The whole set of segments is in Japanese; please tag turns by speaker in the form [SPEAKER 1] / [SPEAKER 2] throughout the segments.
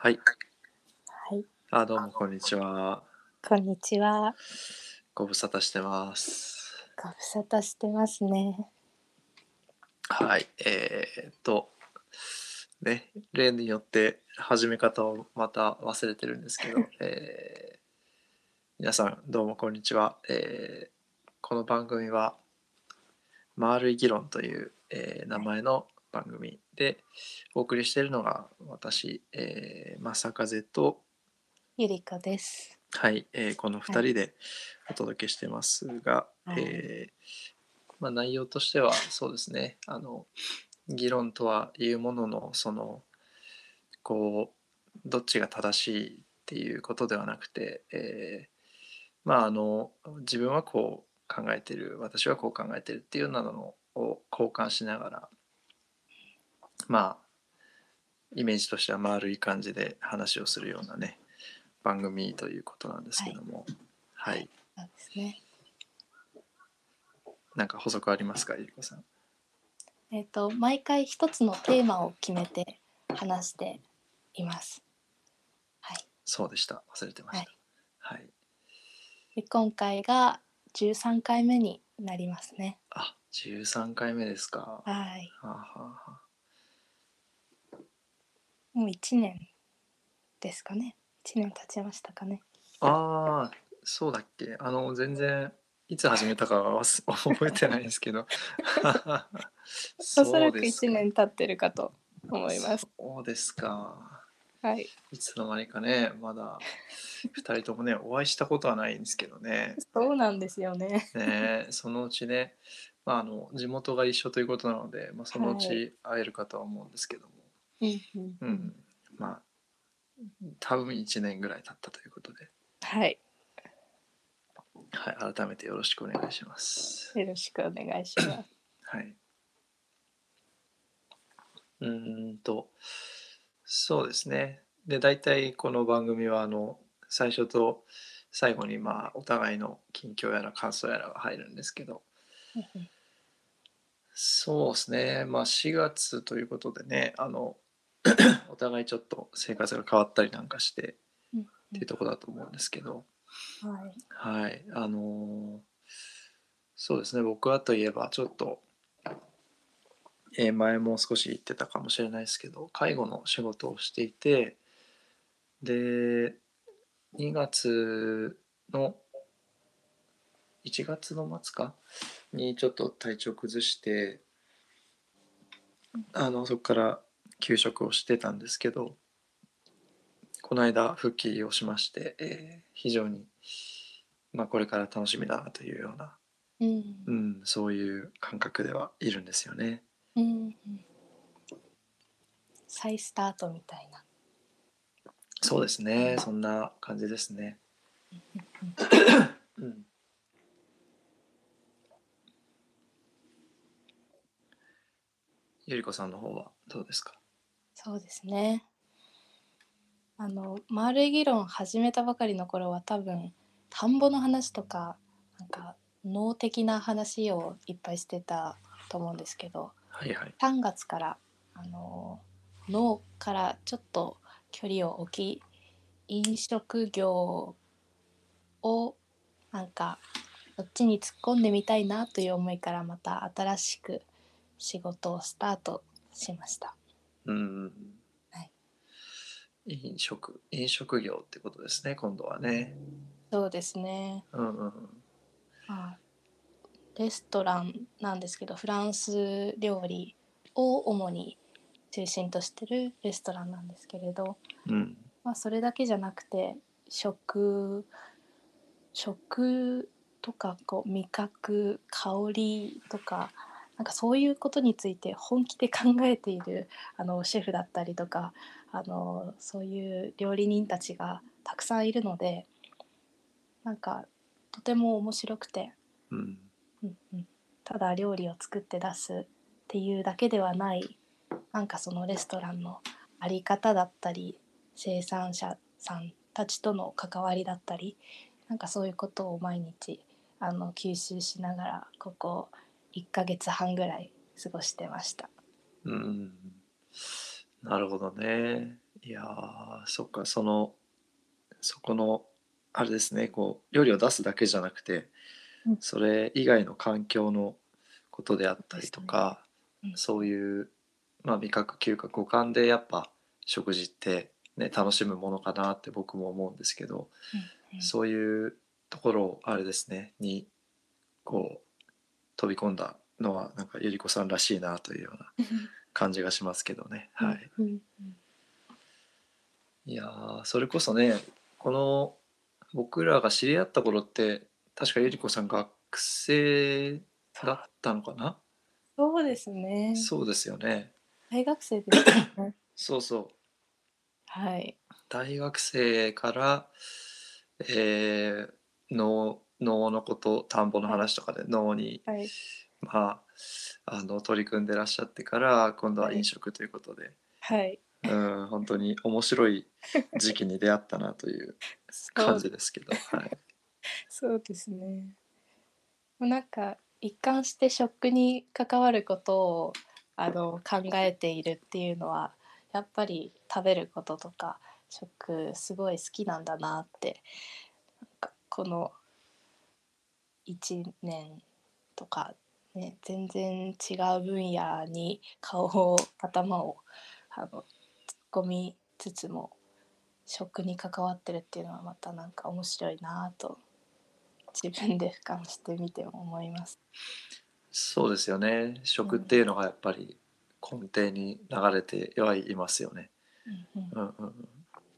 [SPEAKER 1] はい。
[SPEAKER 2] はい、
[SPEAKER 1] どうもこんにちは。
[SPEAKER 2] こんにちは。
[SPEAKER 1] ご無沙汰してます。
[SPEAKER 2] ご無沙汰してますね。
[SPEAKER 1] はい。例によって始め方をまた忘れてるんですけど、皆さんどうもこんにちは。この番組は丸い議論という、名
[SPEAKER 2] はい、
[SPEAKER 1] 前の番組でお送りしているのが私、正風と、
[SPEAKER 2] ゆりかです。
[SPEAKER 1] はい、この
[SPEAKER 2] はい、
[SPEAKER 1] 2人でお届けしてますが、
[SPEAKER 2] はい、
[SPEAKER 1] 内容としてはそうですね、議論とはいうものの、こどっちが正しいっていうことではなくて、自分はこう考えてる、私はこう考えてるっていうようなのを交換しながら、まあ、イメージとしては丸い感じで話をするようなね、番組ということなんです
[SPEAKER 2] はい、
[SPEAKER 1] けども、は
[SPEAKER 2] はい、
[SPEAKER 1] い。
[SPEAKER 2] そうですね。
[SPEAKER 1] なんか補足ありますか、ゆりこさん。
[SPEAKER 2] 毎回一つのテーマを決めて話しています。はい、
[SPEAKER 1] そうでした。忘れてました。
[SPEAKER 2] はい。
[SPEAKER 1] はい。
[SPEAKER 2] で、今回が13回目になりますね。
[SPEAKER 1] 13回目ですか。は
[SPEAKER 2] はい。
[SPEAKER 1] あ、はあはあ、
[SPEAKER 2] もう1年ですかね。1年経ちましたかね。
[SPEAKER 1] そうだっけ。全然、いつ始めたかは覚えてないんですけど。そう
[SPEAKER 2] おそらく1
[SPEAKER 1] ですか。
[SPEAKER 2] 年経ってるかと思います。
[SPEAKER 1] そうですか。
[SPEAKER 2] はい。
[SPEAKER 1] いつの間にかね、まだ2人ともね、お会いしたことはないんですけどね。
[SPEAKER 2] そうなんですよね。
[SPEAKER 1] ね、そのうちね、地元が一緒ということなので、そのう
[SPEAKER 2] はい。
[SPEAKER 1] ち会えるかとは思うんですけども。
[SPEAKER 2] うんうんうん。
[SPEAKER 1] うん。まあ、多分1年ぐらい経ったということで。
[SPEAKER 2] はい。
[SPEAKER 1] はい、改めてよろしくお願いします。
[SPEAKER 2] よろしくお願いします。
[SPEAKER 1] はい。うーんと、そうですね。で、大体この番組は、最初と最後に、お互いの近況やら感想やらが入るんですけど、そうですね。4月ということでね、お互いちょっと生活が変わったりなんかしてっ
[SPEAKER 2] うんうん。
[SPEAKER 1] ていうところだと思うんですけど、
[SPEAKER 2] はい。
[SPEAKER 1] はい。そうですね。僕はといえば、ちょっと、前も少し言ってたかもしれないですけど、介護の仕事をしていて、で、2月の1月の末かにちょっと体調崩して、そこから休職をしてたんですけど、この間復帰をしまして、非常に、これから楽しみだなというような、
[SPEAKER 2] うん。
[SPEAKER 1] そういう感覚ではいるんですよね。
[SPEAKER 2] うん。再スタートみたいな。
[SPEAKER 1] そうですね。そんな感じですね。うん。ゆりこさんの方はどうですか？
[SPEAKER 2] そうですね。丸い議論始めたばかりの頃は多分、田んぼの話とか、なんか脳的な話をいっぱいしてたと思うんですけど、
[SPEAKER 1] はいはい。
[SPEAKER 2] 3月から脳からちょっと距離を置き、飲食業をなんかそっちに突っ込んでみたいなという思いからまた新しく仕事をスタートしました。
[SPEAKER 1] うん。
[SPEAKER 2] はい、
[SPEAKER 1] 飲食業ってことですね、今度はね。
[SPEAKER 2] そうですね。
[SPEAKER 1] うんうんうん。
[SPEAKER 2] まあ、レストランなんですけど、フランス料理を主に中心としてるレストランなんですけれど、
[SPEAKER 1] うん。
[SPEAKER 2] それだけじゃなくて食とか味覚香りとかなんかそういうことについて本気で考えているシェフだったりとかそういう料理人たちがたくさんいるのでなんかとても面白くて、
[SPEAKER 1] うん。
[SPEAKER 2] うんうん、ただ料理を作って出すっていうだけではないなんかそのレストランのあり方だったり生産者さんたちとの関わりだったりなんかそういうことを毎日吸収しながらここ1ヶ月半ぐらい過ごしてました。
[SPEAKER 1] うん。なるほどね。 いやー、そっか、そこの、あれですね、こう、料理を出すだけじゃなくて、
[SPEAKER 2] うん、
[SPEAKER 1] それ以外の環境のことであったり
[SPEAKER 2] そうですね。
[SPEAKER 1] とか、
[SPEAKER 2] うん、
[SPEAKER 1] そういう、まあ、味覚、嗅覚、五感でやっぱ食事ってね、楽しむものかなって僕も思うんですけど、
[SPEAKER 2] うん、うん。
[SPEAKER 1] そういうところをあれですね、に、こう、飛び込んだのは、なんかゆり子さんらしいなというような感じがしますけどね。
[SPEAKER 2] うん、
[SPEAKER 1] はい。
[SPEAKER 2] うん、
[SPEAKER 1] いやー、それこそね、この僕らが知り合った頃って、確かゆり子さん学生だっ
[SPEAKER 2] そう、
[SPEAKER 1] たのかな。
[SPEAKER 2] そうですね。
[SPEAKER 1] そうですよね。
[SPEAKER 2] 大学生でしたね。
[SPEAKER 1] そうそう。
[SPEAKER 2] はい。
[SPEAKER 1] 大学生から、農のこと、田んぼの
[SPEAKER 2] はい。
[SPEAKER 1] 話とかで農に、
[SPEAKER 2] はい。
[SPEAKER 1] ま取り組んでらっしゃってから、今度は飲
[SPEAKER 2] はい。
[SPEAKER 1] 食ということで、
[SPEAKER 2] はい。
[SPEAKER 1] 本当に面白い時期に出会ったなという感
[SPEAKER 2] そう、
[SPEAKER 1] じですけど、はい。
[SPEAKER 2] そうですね。なんか一貫して食に関わることを考えているっていうのはやっぱり食べることとか食すごい好きなんだなってなんかこの1年とかね全然違う分野に頭を突っ込みつつも食に関わってるっていうのはまたなんか面白いなと自分で俯瞰してみても思います。
[SPEAKER 1] そうですよね。
[SPEAKER 2] うん、
[SPEAKER 1] 食っていうのがやっぱり根底に流れてはいますよね。
[SPEAKER 2] うんうん、
[SPEAKER 1] うんうんうん。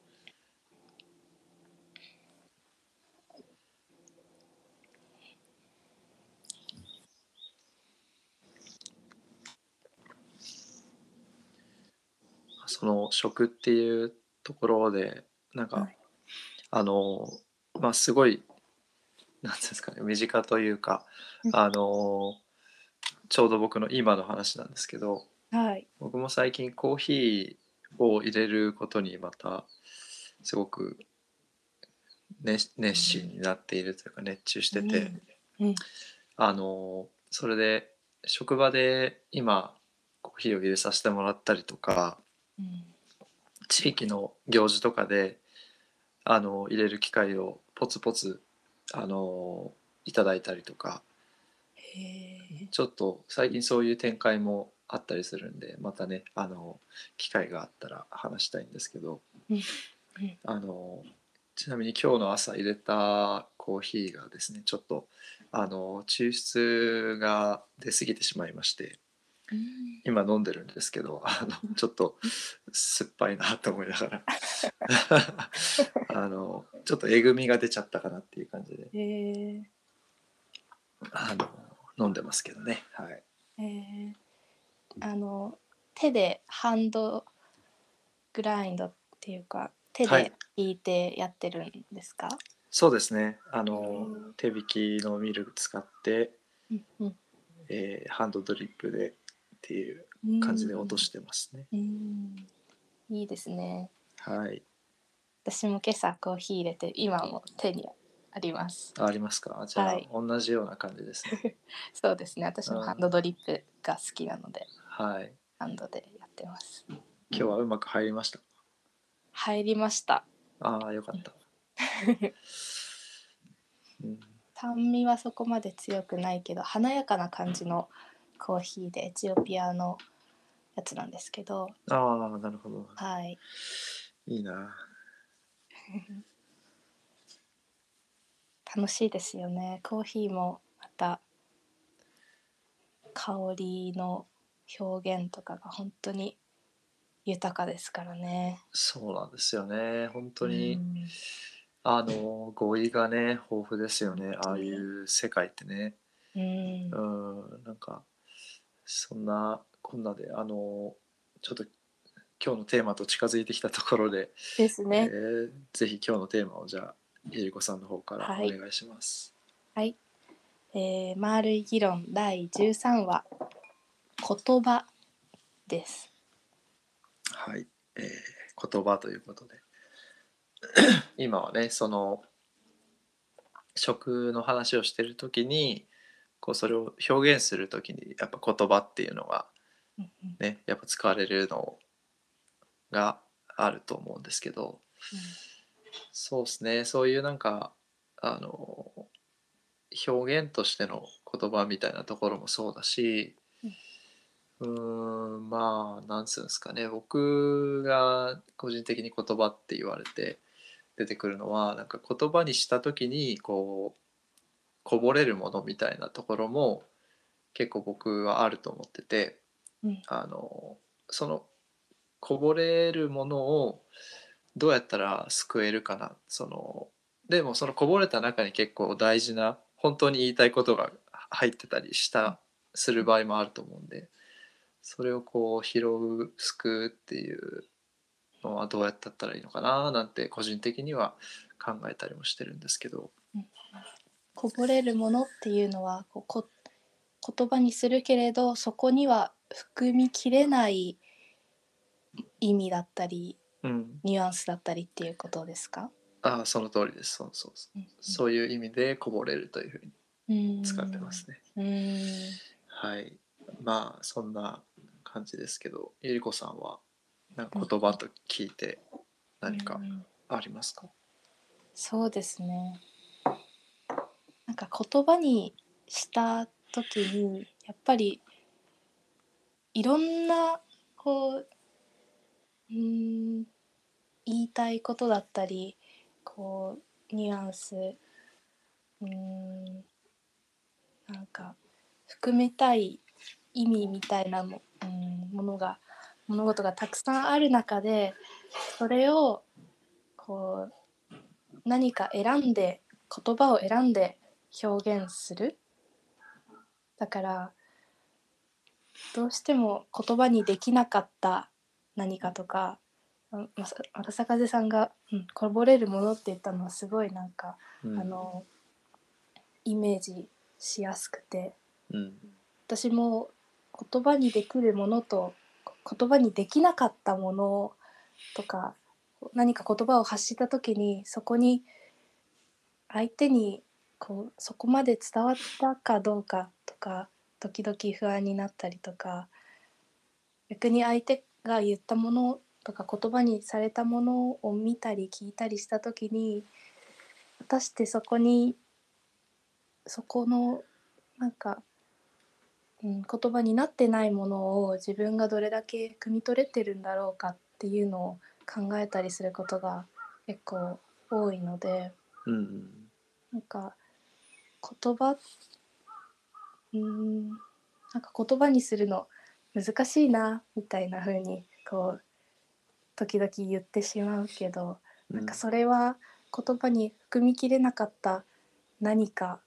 [SPEAKER 1] その食っていうところで、なんか、
[SPEAKER 2] はい。
[SPEAKER 1] あの、すごい、なんていうんですかね、身近というか、
[SPEAKER 2] うん、
[SPEAKER 1] あの、ちょうど僕の今の話なんですけど、
[SPEAKER 2] はい。
[SPEAKER 1] 僕も最近コーヒーを入れることにまた、すごく熱心になっているというか熱中し
[SPEAKER 2] う
[SPEAKER 1] てて、
[SPEAKER 2] ん、うん、
[SPEAKER 1] それで職場で今コーヒーを入れさせてもらったりとか、
[SPEAKER 2] うん。
[SPEAKER 1] 地域の行事とかで入れる機会をポツポツあのいただいたりとか、
[SPEAKER 2] へえ。
[SPEAKER 1] ちょっと最近そういう展開もあったりするんで、またね機会があったら話したいんですけど、
[SPEAKER 2] うん、うん、
[SPEAKER 1] あのちなみに今日の朝入れたコーヒーがですね、ちょっと抽出が出過ぎてしまいまして、
[SPEAKER 2] うん。
[SPEAKER 1] 今飲んでるんですけど、ちょっと酸っぱいなと思いながらちょっとえぐみが出ちゃったかなっていう感じで、
[SPEAKER 2] へえ。
[SPEAKER 1] あの飲んでますけどね。はい。
[SPEAKER 2] へえ。あの、手でハンドグラインドっていうか、手
[SPEAKER 1] はい。
[SPEAKER 2] でひいてやってるんですか？
[SPEAKER 1] そうですね。
[SPEAKER 2] へえ。
[SPEAKER 1] 手引きのミル使って、
[SPEAKER 2] うんうん。
[SPEAKER 1] ハンドドリップでっていう
[SPEAKER 2] う
[SPEAKER 1] 感じで落と
[SPEAKER 2] ん。
[SPEAKER 1] してますね。
[SPEAKER 2] うん。いいですね。
[SPEAKER 1] はい。
[SPEAKER 2] 私も今朝コーヒー入れて、今も手にあります。
[SPEAKER 1] ありますか。じゃあ
[SPEAKER 2] はい。
[SPEAKER 1] 同じような感じですね。
[SPEAKER 2] そうですね。私もハン
[SPEAKER 1] うん。
[SPEAKER 2] ドドリップが好きなので、
[SPEAKER 1] はい。
[SPEAKER 2] ハンドでやってます。
[SPEAKER 1] 今日はうまく入りました。
[SPEAKER 2] 入りました。
[SPEAKER 1] ああ、よかった。うん。
[SPEAKER 2] 酸味はそこまで強くないけど華やかな感じのコーヒーでエチオピアのやつなんですけど、
[SPEAKER 1] ああ、なるほど。
[SPEAKER 2] はい。
[SPEAKER 1] いいな。
[SPEAKER 2] 楽しいですよね。コーヒーもまた香りの表現とかが本当に豊かですからね。
[SPEAKER 1] そうなんですよね。本
[SPEAKER 2] う
[SPEAKER 1] 当に、
[SPEAKER 2] ん。
[SPEAKER 1] 語彙がね、豊富ですよ
[SPEAKER 2] 本
[SPEAKER 1] ね。ああい
[SPEAKER 2] 当に。
[SPEAKER 1] う世界ってね。
[SPEAKER 2] うん。
[SPEAKER 1] なんか、そんなこんなで、ちょっと今日のテーマと近づいてきたところで、
[SPEAKER 2] ですね。
[SPEAKER 1] ぜひ今日のテーマをじゃあ、ゆりこさんの方から
[SPEAKER 2] はい。
[SPEAKER 1] お願いします。
[SPEAKER 2] はい。丸い議論第13話言葉です。
[SPEAKER 1] はい。言葉ということで。今はね、その食の話をしてる時に、こうそれを表現する時にやっぱ言葉っていうのが
[SPEAKER 2] うんうん。
[SPEAKER 1] ね、やっぱ使われるのがあると思うんですけど、
[SPEAKER 2] うん
[SPEAKER 1] そうですね、そういうなんかあの表現としての言葉みたいなところもそうだし、
[SPEAKER 2] うん
[SPEAKER 1] まあなんつうんですかね、僕が個人的に言葉って言われて出てくるのは、なんか言葉にした時にこうこぼれるものみたいなところも結構僕はあると思ってて、
[SPEAKER 2] うん
[SPEAKER 1] あのそのこぼれるものをどうやったら救えるかな、でもそのこぼれた中に結構大事な本当に言いたいことが入ってたりする場合もあると思うんで、それをこう拾う救うっていうのはどうやってやったらいいのかななんて個人的には考えたりもしてるんですけど。
[SPEAKER 2] うん、こぼれるものっていうのは言葉にするけれどそこには含みきれない意味だったり
[SPEAKER 1] うん、
[SPEAKER 2] ニュアンスだったりっていうことですか？
[SPEAKER 1] ああ、その通りです。そうそうそう。
[SPEAKER 2] うん
[SPEAKER 1] そういう意味でこぼれるというふうに
[SPEAKER 2] う
[SPEAKER 1] 使って
[SPEAKER 2] ん
[SPEAKER 1] ますね。
[SPEAKER 2] うーん
[SPEAKER 1] はい。まあそんな感じですけど、ゆりこさんはなん
[SPEAKER 2] うん
[SPEAKER 1] か言葉と聞いて
[SPEAKER 2] う
[SPEAKER 1] 何か
[SPEAKER 2] ん
[SPEAKER 1] ありますか？
[SPEAKER 2] そうですね。なんか言葉にした時にやっぱりいろんなこう、言いたいことだったりこうニュアンスうーんなんか含めたい意味みたいな物事がたくさんある中でそれをこう何か言葉を選んで表現する。だからどうしても言葉にできなかった何かとか、正風さんが、こぼれるものって言ったのはすごいなんか
[SPEAKER 1] うん、
[SPEAKER 2] あのイメージしやすくて、
[SPEAKER 1] うん、
[SPEAKER 2] 私も言葉にできるものと言葉にできなかったものとか何か言葉を発した時にそこに相手にそこまで伝わったかどうかとか時々不安になったりとか、逆に相手が言ったものとか言葉にされたものを見たり聞いたりした時に果たしてそこのなんか、言葉になってないものを自分がどれだけ汲み取れてるんだろうかっていうのを考えたりすることが結構多いので、
[SPEAKER 1] うん、
[SPEAKER 2] なんか言葉うんなんか言葉にするの難しいなみたいな風に時々言ってしまうけど、なんか
[SPEAKER 1] うん、
[SPEAKER 2] それは言葉に含みきれなかった何か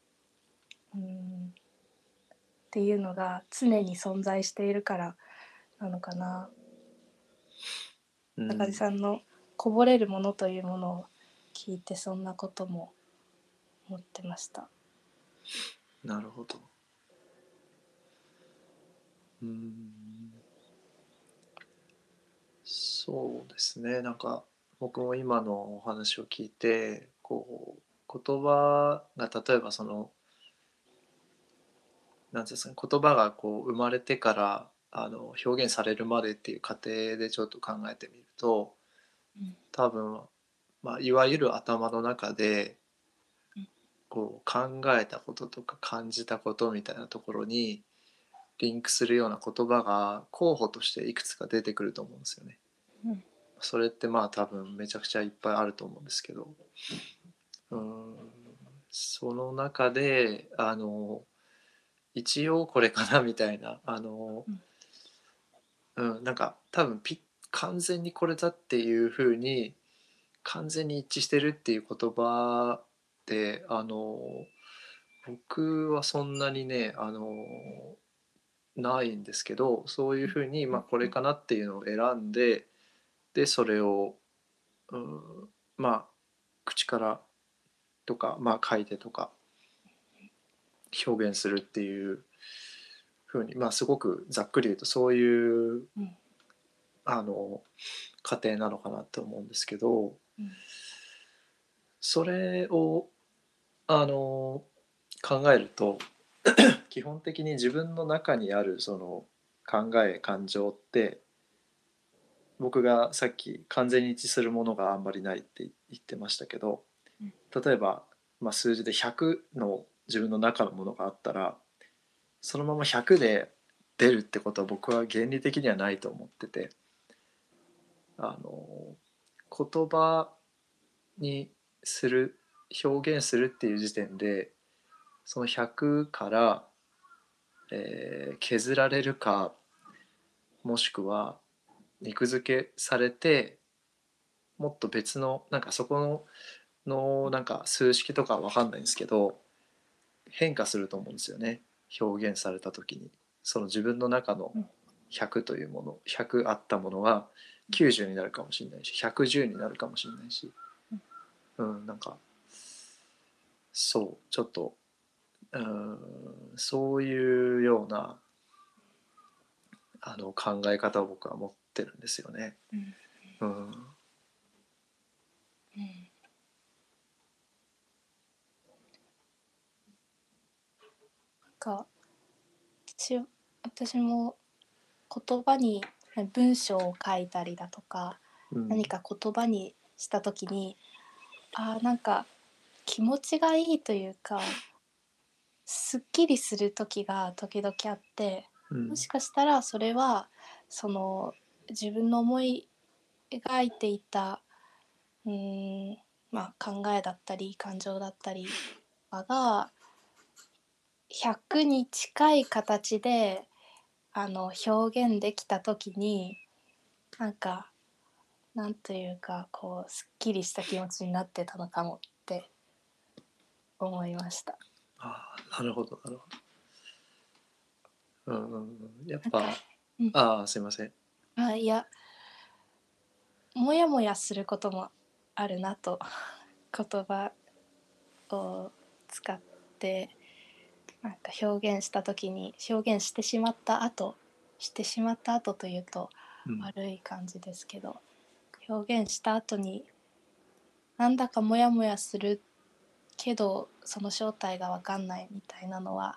[SPEAKER 2] っていうのが常に存在しているからなのかな。高地
[SPEAKER 1] うん、
[SPEAKER 2] さんのこぼれるものというものを聞いてそんなことも思ってました。
[SPEAKER 1] なるほど。うん、そうですね。なんか僕も今のお話を聞いて、こう言葉が例えばなんていうんですかね、言葉がこう生まれてから表現されるまでっていう過程でちょっと考えてみると、
[SPEAKER 2] うん
[SPEAKER 1] 多分、まあ、いわゆる頭の中で
[SPEAKER 2] うん
[SPEAKER 1] こう考えたこととか感じたことみたいなところにリンクするような言葉が候補としていくつか出てくると思うんですよね。
[SPEAKER 2] うん
[SPEAKER 1] それってまあ多分めちゃくちゃいっぱいあると思うんですけど、うーんその中で一応これかなみたいな
[SPEAKER 2] うん
[SPEAKER 1] なんか多分完全にこれだっていう風に完全に一致してるっていう言葉って僕はそんなにねないんですけど、そういう風にまあこれかなっていうのを選んで、でそれをうんまあ口からとかまあ書いてとか表現するっていう風にまあすごくざっくり言うとそういう
[SPEAKER 2] うん
[SPEAKER 1] あの過程なのかなと思うんですけど、
[SPEAKER 2] うん
[SPEAKER 1] それを考えると基本的に自分の中にあるその考え感情って僕がさっき完全に一致するものがあんまりないって言ってましたけど、
[SPEAKER 2] うん
[SPEAKER 1] 例えば、数字で100の自分の中のものがあったら、そのまま100で出るってことは僕は原理的にはないと思ってて、あの言葉にする、表現するっていう時点でその100から、削られるか、もしくは肉付けされて、もっと別のなんかそこのなんか数式とかは分かんないんですけど、変化すると思うんですよね、表現された時に。その自分の中の
[SPEAKER 2] うん
[SPEAKER 1] 100というもの、100あったものが90になるかもしれないし、110になるかもしれないし、なんかそうちょっと、そういうような考え方を僕は持ってるんですよね。
[SPEAKER 2] うん
[SPEAKER 1] うん、
[SPEAKER 2] うんか私も言葉に文章を書いたりだとか
[SPEAKER 1] うん、
[SPEAKER 2] 何か言葉にした時になんか気持ちがいいというかすっきりする時が時々あって、
[SPEAKER 1] うん、
[SPEAKER 2] もしかしたらそれはその自分の思い描いていた考えだったり感情だったりが100に近い形で表現できた時になんかなんというかこうすっきりした気持ちになってたのかもって思いました。
[SPEAKER 1] ああ、なるほどなるほど。やっ
[SPEAKER 2] なんか、
[SPEAKER 1] ぱ、
[SPEAKER 2] うん、
[SPEAKER 1] すいません。
[SPEAKER 2] いやモヤモヤすることもあるなと言葉を使ってなんか表現した時にしてしまった後というと
[SPEAKER 1] うん、
[SPEAKER 2] 悪い感じですけど表現した後になんだかモヤモヤするけどその正体が分かんないみたいなのは、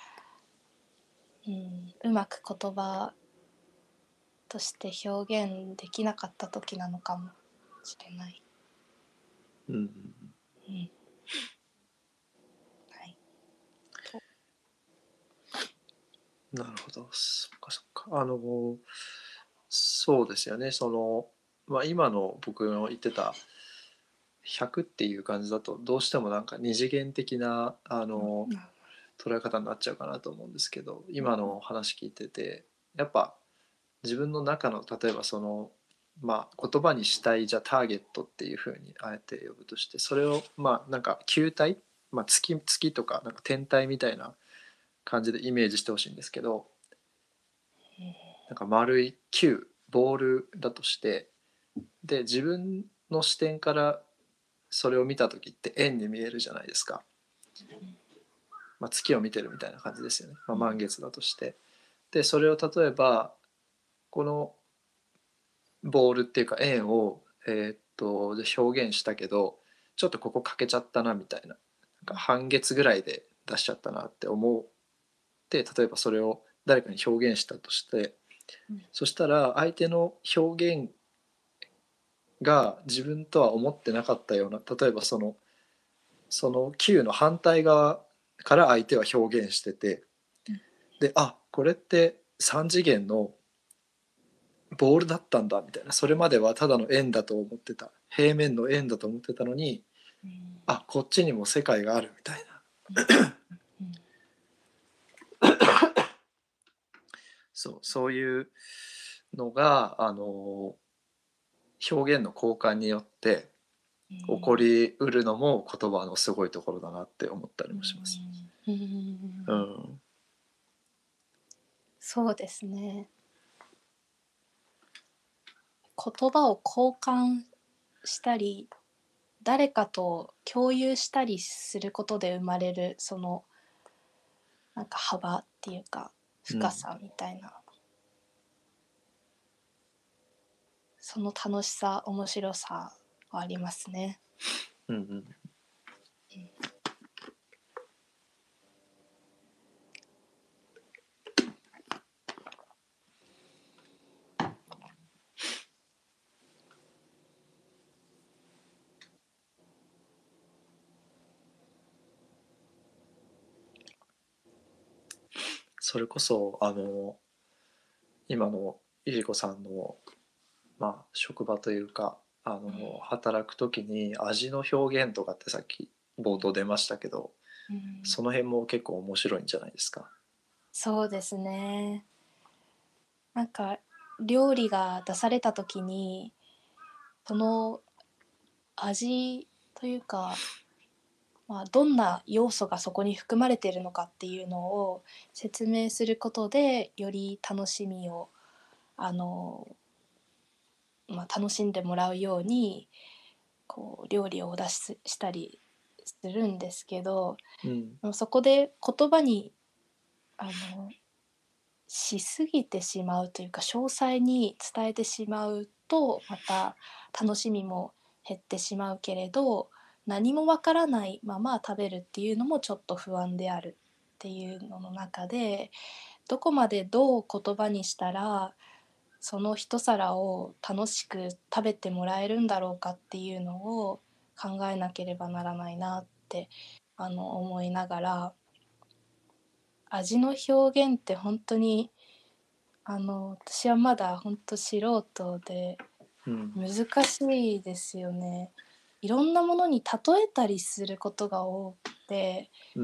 [SPEAKER 2] うまく言葉として表現できなかった時なのかもしれない。
[SPEAKER 1] うん、
[SPEAKER 2] うんはい、と
[SPEAKER 1] なるほど。そっかそっか。そうですよね。今の僕の言ってた100っていう感じだと、どうしてもなんか二次元的な
[SPEAKER 2] うん
[SPEAKER 1] 捉え方になっちゃうかなと思うんですけど、
[SPEAKER 2] うん
[SPEAKER 1] 今の話聞いてて、やっぱ自分の中の、例えば言葉にしたい、じゃあターゲットっていうふうにあえて呼ぶとして、それをなんか球体、月とかなんか天体みたいな感じでイメージしてほしいんですけど、なんか丸い球ボールだとして、で自分の視点からそれを見た時って円に見えるじゃないですか。月を見てるみたいな感じですよね、満月だとして。でそれを例えばこのボールっていうか円を、表現したけど、ちょっとここ欠けちゃったなみたいな、なんか半月ぐらいで出しちゃったなって思って、例えばそれを誰かに表現したとして、そしたら相手の表現が自分とは思ってなかったような、例えばその球の反対側から相手は表現してて、でこれって3次元のボールだったんだみたいな、それまではただの円だと思ってた、平面の円だと思ってたのに、こっちにも世界があるみたいな、そういうのが表現の交換によって起こりうるのも言葉のすごいところだなって思ったりもします。うん、
[SPEAKER 2] そうですね。言葉を交換したり誰かと共有したりすることで生まれるそのなんか幅っていうか
[SPEAKER 1] うん、
[SPEAKER 2] 深さみたいな、その楽しさ面白さはありますね。
[SPEAKER 1] うん、うん、 それこそ今のゆり子さんの、まあ、職場というか働く時に味の表現とかってさっき冒頭出ましたけど、
[SPEAKER 2] うん、
[SPEAKER 1] その辺も結構面白いんじゃないですか。
[SPEAKER 2] そうですね。なんか料理が出された時にその味というか、まあ、どんな要素がそこに含まれているのかっていうのを説明することでより楽しみをあの、楽しんでもらうようにこう料理をお出ししたりするんですけど、
[SPEAKER 1] うん、
[SPEAKER 2] でもそこで言葉にあのしすぎてしまうというか詳細に伝えてしまうとまた楽しみも減ってしまうけれど、何もわからないまま食べるっていうのもちょっと不安であるっていうのの中で、どこまでどう言葉にしたらその一皿を楽しく食べてもらえるんだろうかっていうのを考えなければならないなって思いながら、味の表現って本当に私はまだ本当素人で
[SPEAKER 1] うん、
[SPEAKER 2] 難しいですよね。いろんなものに例えたりすることが多くて、
[SPEAKER 1] うん、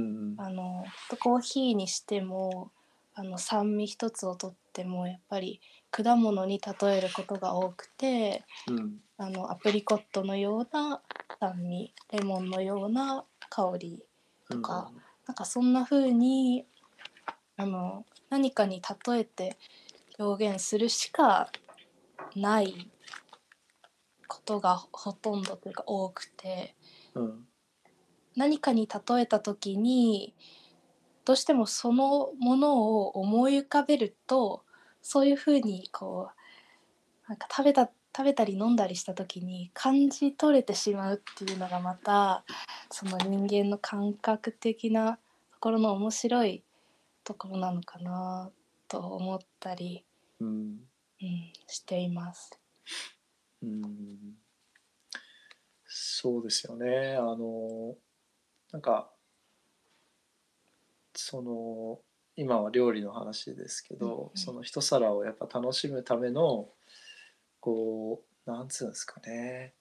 [SPEAKER 2] コーヒーにしても酸味一つをとってもやっぱり果物に例えることが多くて、
[SPEAKER 1] うん、
[SPEAKER 2] アプリコットのような酸味、レモンのような香り
[SPEAKER 1] うん、
[SPEAKER 2] とか、なんかそんな風に何かに例えて表現するしかないことがほとんどというか多くて、
[SPEAKER 1] うん、
[SPEAKER 2] 何かに例えた時にどうしてもそのものを思い浮かべると、そういう風にこうなんか食べたり飲んだりした時に感じ取れてしまうっていうのがまたその人間の感覚的なところの面白いところなのかなと思ったり、
[SPEAKER 1] うん、
[SPEAKER 2] しています。
[SPEAKER 1] うん、そうですよね。なんかその今は料理の話ですけ
[SPEAKER 2] うん
[SPEAKER 1] ど、その一皿をやっぱ楽しむためのこうなんつうんですかね、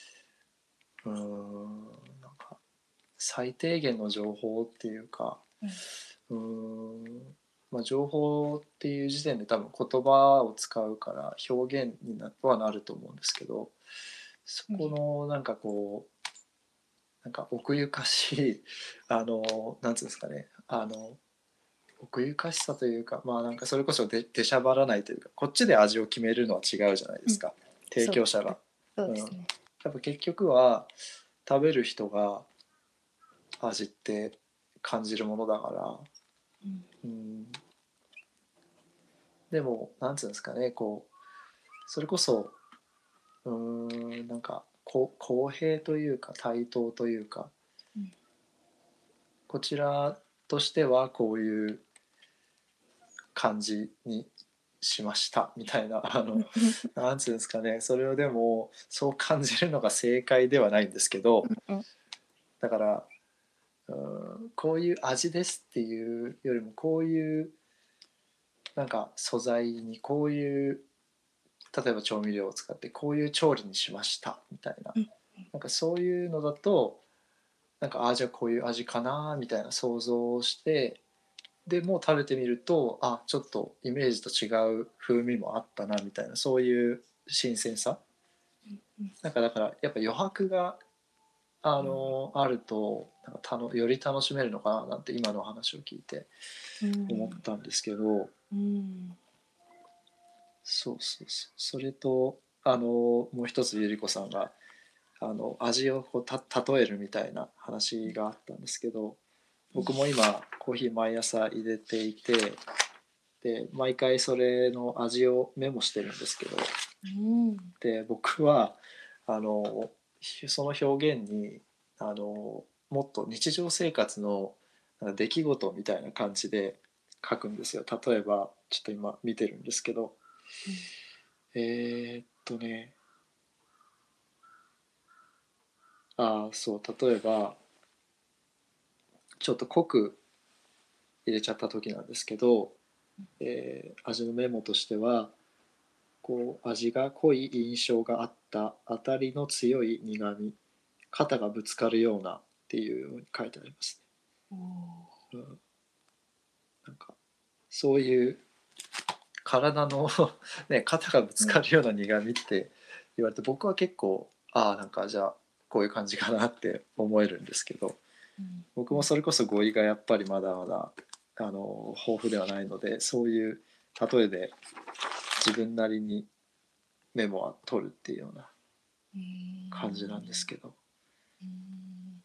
[SPEAKER 1] なんか最低限の情報っていうか、
[SPEAKER 2] うん
[SPEAKER 1] うーんまあ、情報っていう時点で多分言葉を使うから表現にはなると思うんですけど、そ
[SPEAKER 2] うん
[SPEAKER 1] このなんかこうなんか奥ゆかしいなんつうんですかね、奥ゆかしさというか、まあなんかそれこそ出しゃばらないというか、こっちで味を決めるのは違うじゃないで
[SPEAKER 2] うん、
[SPEAKER 1] すか、提
[SPEAKER 2] そう
[SPEAKER 1] 供者が。うん、
[SPEAKER 2] そうですね。
[SPEAKER 1] やっぱ結局は食べる人が味って感じるものだから、
[SPEAKER 2] うん、
[SPEAKER 1] うん、でもなんつうんですかね、こうそれこそなんか公平というか対等というか、
[SPEAKER 2] うん
[SPEAKER 1] こちらとしてはこういう感じにしましたみたいななんつうんですかね、それをでもそう感じるのが正解ではないんですけど、
[SPEAKER 2] うん、
[SPEAKER 1] だからこういう味ですっていうよりもこういうなんか素材にこういう例えば調味料を使ってこういう調理にしましたみたいな、
[SPEAKER 2] うん、
[SPEAKER 1] なんかそういうのだとなんかじゃあこういう味かなみたいな想像をして、でもう食べてみるとちょっとイメージと違う風味もあったなみたいな、そういう新鮮さ、なんかだからやっぱ余白があるとなんかより楽しめるのかななんて今の話を聞いて
[SPEAKER 2] うん、
[SPEAKER 1] 思ったんですけど、
[SPEAKER 2] うん、
[SPEAKER 1] そうそうそう、それともう一つゆり子さんが味をこう例えるみたいな話があったんですけど、僕も今コーヒー毎朝入れていて、で毎回それの味をメモしてるんですけど、
[SPEAKER 2] うん、
[SPEAKER 1] で僕はあのその表現にもっと日常生活のなんか出来事みたいな感じで書くんですよ。例えばちょっと今見てるんですけど、
[SPEAKER 2] うん、
[SPEAKER 1] ね、そう例えばちょっと濃く入れちゃった時なんですけど、味のメモとしてはこう味が濃い印象があった当たりの強い苦み肩がぶつかるようなっていうように書いてあります
[SPEAKER 2] おー
[SPEAKER 1] ね、うん、なんかそういう体のね、肩がぶつかるような苦みって言われて僕は結構なんかじゃあこういう感じかなって思えるんですけど、
[SPEAKER 2] うん
[SPEAKER 1] 僕もそれこそ語彙がやっぱりまだまだ豊富ではないのでそういう例えで自分なりにメモは取るっていうような
[SPEAKER 2] うーん
[SPEAKER 1] 感じなんですけど、
[SPEAKER 2] うーん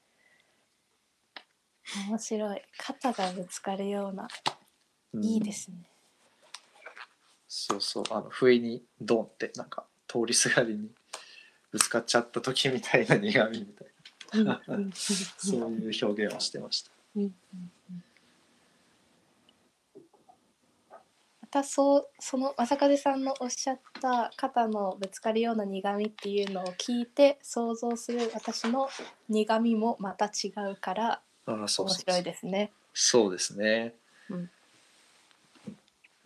[SPEAKER 2] 面白い。肩がぶつかるような、
[SPEAKER 1] うん、
[SPEAKER 2] いいですね。
[SPEAKER 1] そうそう不意にドンってなんか通りすがりにぶつかっちゃった時みたいな苦みみたい
[SPEAKER 2] うん
[SPEAKER 1] な
[SPEAKER 2] うん
[SPEAKER 1] そういう表現をしてました。
[SPEAKER 2] うんうんまたその正風さんのおっしゃった肩のぶつかるような苦みっていうのを聞いて想像する私の苦みもまた違うから
[SPEAKER 1] そう
[SPEAKER 2] 面白い
[SPEAKER 1] そうそう
[SPEAKER 2] ですね。
[SPEAKER 1] そうですね、
[SPEAKER 2] うん、
[SPEAKER 1] うん、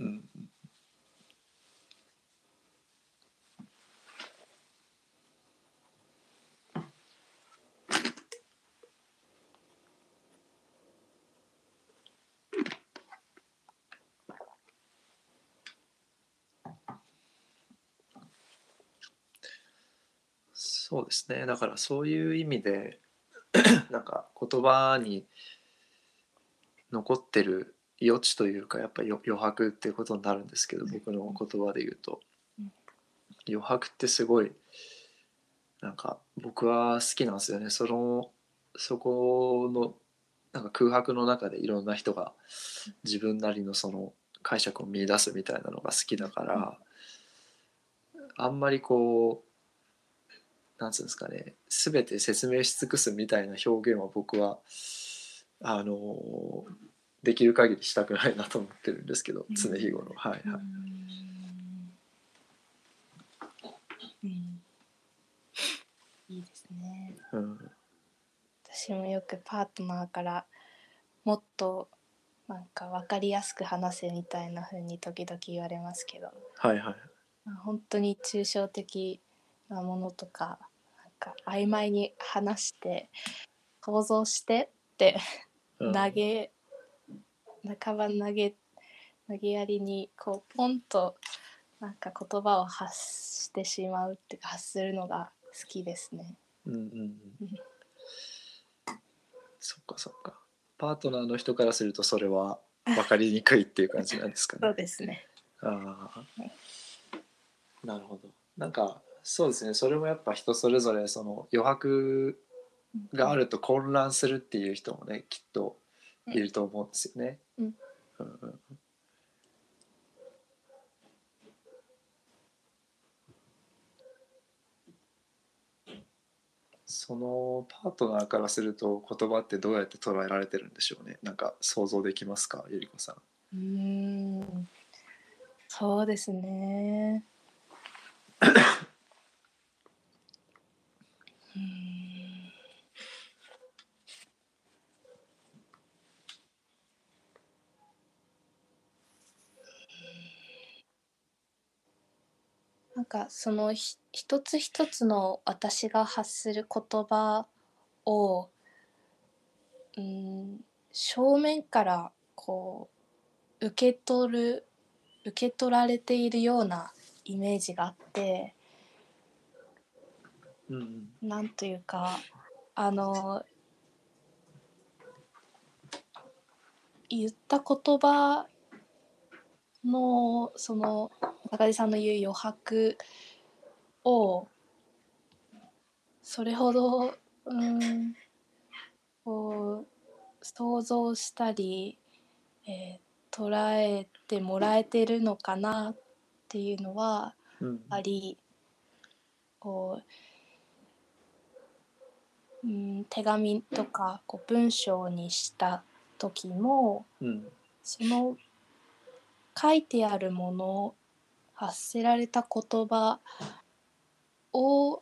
[SPEAKER 1] そうですね、だからそういう意味でなんか言葉に残ってる余地というかやっぱり余白っていうことになるんですけど、僕の言葉で言うと余白ってすごいなんか僕は好きなんですよね。そこのなんか空白の中でいろんな人が自分なりのその解釈を見出すみたいなのが好きだから、あんまりこうなんつうんですかね、全て説明し尽くすみたいな表現は僕はあのできる限りしたくないなと思ってるんですけど、常日頃はいはい。
[SPEAKER 2] うん、いいですね。
[SPEAKER 1] うん、
[SPEAKER 2] 私もよくパートナーからもっとなんか分かりやすく話せみたいな風に時々言われますけど、
[SPEAKER 1] はいはい。
[SPEAKER 2] 本当に抽象的なものとかなんか曖昧に話して想像してって
[SPEAKER 1] うん、
[SPEAKER 2] 投げ半ば投げやりにこうポンとなんか言葉を発してしまうっていうか発するのが好きですね。
[SPEAKER 1] うんうんうん。そっかそっか。パートナーの人からするとそれは分かりにくいっていう感じなんですかね。
[SPEAKER 2] そうですね。
[SPEAKER 1] ああ、なるほど。なんかそうですね。それもやっぱ人それぞれその余白があると混乱するっていう人もねきっといると思うんですよね。
[SPEAKER 2] うん
[SPEAKER 1] うんうん、そのパートナーからすると言葉ってどうやって捉えられてるんでしょうね。なんか想像できますか、ゆりこさん。
[SPEAKER 2] うーんそうですね。うーんなんかその一つ一つの私が発する言葉を正面からこう受け取られているようなイメージがあって、
[SPEAKER 1] うんうん
[SPEAKER 2] なんというかあの言った言葉のその高木さんの言う余白をそれほどこう想像したり、捉えてもらえてるのかなっていうのは
[SPEAKER 1] うん
[SPEAKER 2] あり、こ手紙とかこう文章にした時も
[SPEAKER 1] うん
[SPEAKER 2] その書いてあるもの発せられた言葉を